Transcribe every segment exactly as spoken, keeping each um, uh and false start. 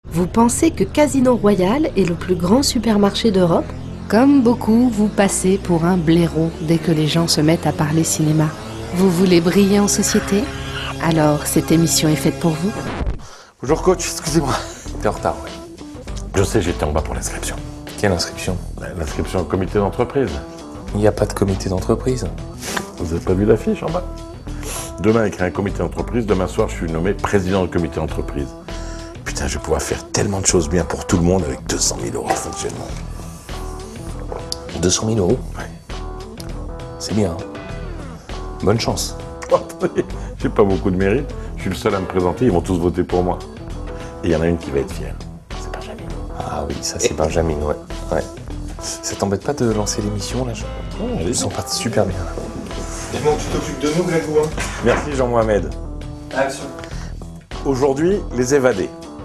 Vous pensez que Casino Royal est le plus grand supermarché d'Europe? Comme beaucoup, vous passez pour un blaireau dès que les gens se mettent à parler cinéma. Vous voulez briller en société? Alors, cette émission est faite pour vous. Bonjour coach, excusez-moi. T'es en retard, ouais. Je sais, j'étais en bas pour l'inscription. Quelle inscription? L'inscription au comité d'entreprise. Il n'y a pas de comité d'entreprise. Vous n'avez pas vu l'affiche en bas? Demain, il y a un comité d'entreprise. Demain soir, je suis nommé président du comité d'entreprise. Putain, je vais pouvoir faire tellement de choses bien pour tout le monde avec deux cent mille euros de fonctionnement. deux cent mille euros? Ouais. C'est bien. Hein. Bonne chance. Oh, j'ai pas beaucoup de mérite. Je suis le seul à me présenter. Ils vont tous voter pour moi. Et il y en a une qui va être fière. C'est Benjamin. Ah oui, ça c'est Benjamin, ouais. ouais. Ça t'embête pas de lancer l'émission là? Je oh, me sens pas super bien. Dis-moi que tu t'occupes de nous, Grégoire. Merci Jean-Mohamed. Action. Aujourd'hui, les évadés.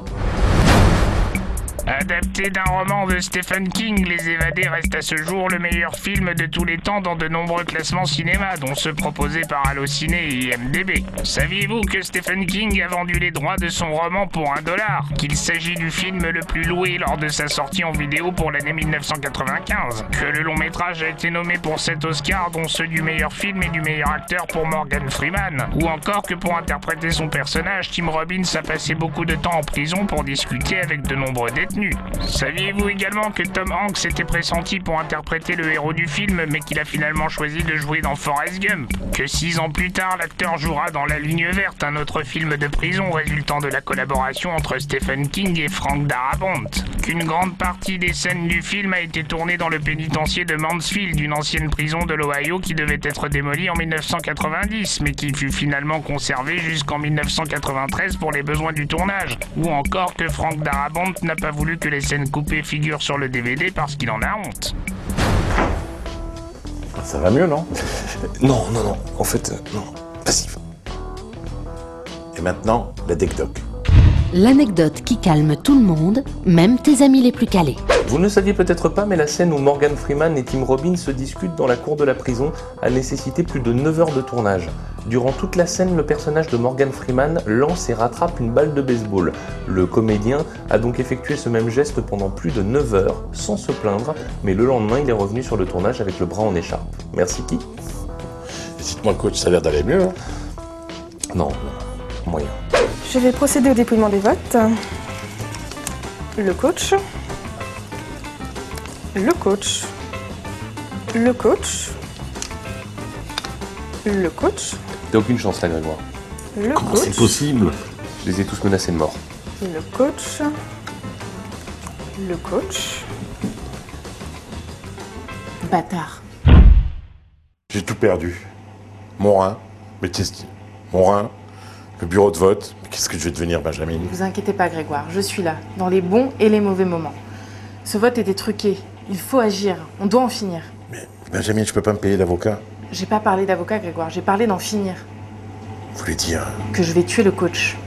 Adapté d'un roman de Stephen King, Les Évadés reste à ce jour le meilleur film de tous les temps dans de nombreux classements cinéma, dont ceux proposés par Allociné et I M D B. Saviez-vous que Stephen King a vendu les droits de son roman pour un dollar? Qu'il s'agit du film le plus loué lors de sa sortie en vidéo pour l'année mille neuf cent quatre-vingt-quinze? Que le long métrage a été nommé pour sept Oscars, dont ceux du meilleur film et du meilleur acteur pour Morgan Freeman? Ou encore que pour interpréter son personnage, Tim Robbins a passé beaucoup de temps en prison pour discuter avec de nombreux détenus? Saviez-vous également que Tom Hanks était pressenti pour interpréter le héros du film, mais qu'il a finalement choisi de jouer dans Forrest Gump? Que six ans plus tard, l'acteur jouera dans La Ligne Verte, un autre film de prison résultant de la collaboration entre Stephen King et Frank Darabont? Qu'une grande partie des scènes du film a été tournée dans le pénitencier de Mansfield, une ancienne prison de l'Ohio qui devait être démolie en mille neuf cent quatre-vingt-dix, mais qui fut finalement conservée jusqu'en mille neuf cent quatre-vingt-treize pour les besoins du tournage? Ou encore que Frank Darabont n'a pas voulu que les scènes coupées figurent sur le D V D parce qu'il en a honte? Ça va mieux, non? Non, non, non. En fait, euh, non. Passif. Et maintenant, la DECDOC. L'anecdote qui calme tout le monde, même tes amis les plus calés. Vous ne saviez peut-être pas, mais la scène où Morgan Freeman et Tim Robbins se discutent dans la cour de la prison a nécessité plus de neuf heures de tournage. Durant toute la scène, le personnage de Morgan Freeman lance et rattrape une balle de baseball. Le comédien a donc effectué ce même geste pendant plus de neuf heures, sans se plaindre, mais le lendemain, il est revenu sur le tournage avec le bras en écharpe. Merci qui? Dites-moi, coach, ça a l'air d'aller mieux, hein? Non, non, moyen. Je vais procéder au dépouillement des votes. Le coach. Le coach. Le coach. Le coach. T'as aucune chance là, Grégoire. Le Comment coach. c'est possible? Je les ai tous menacés de mort. Le coach. Le coach. Bâtard. J'ai tout perdu. Mon rein, mes testicules, mon rein, le bureau de vote. Mais qu'est-ce que je vais devenir, Benjamin? Ne vous inquiétez pas, Grégoire, je suis là, dans les bons et les mauvais moments. Ce vote était truqué. Il faut agir. On doit en finir. Mais Benjamin, je peux pas me payer d'avocat. J'ai pas parlé d'avocat, Grégoire. J'ai parlé d'en finir. Vous voulez dire? Que je vais tuer le coach.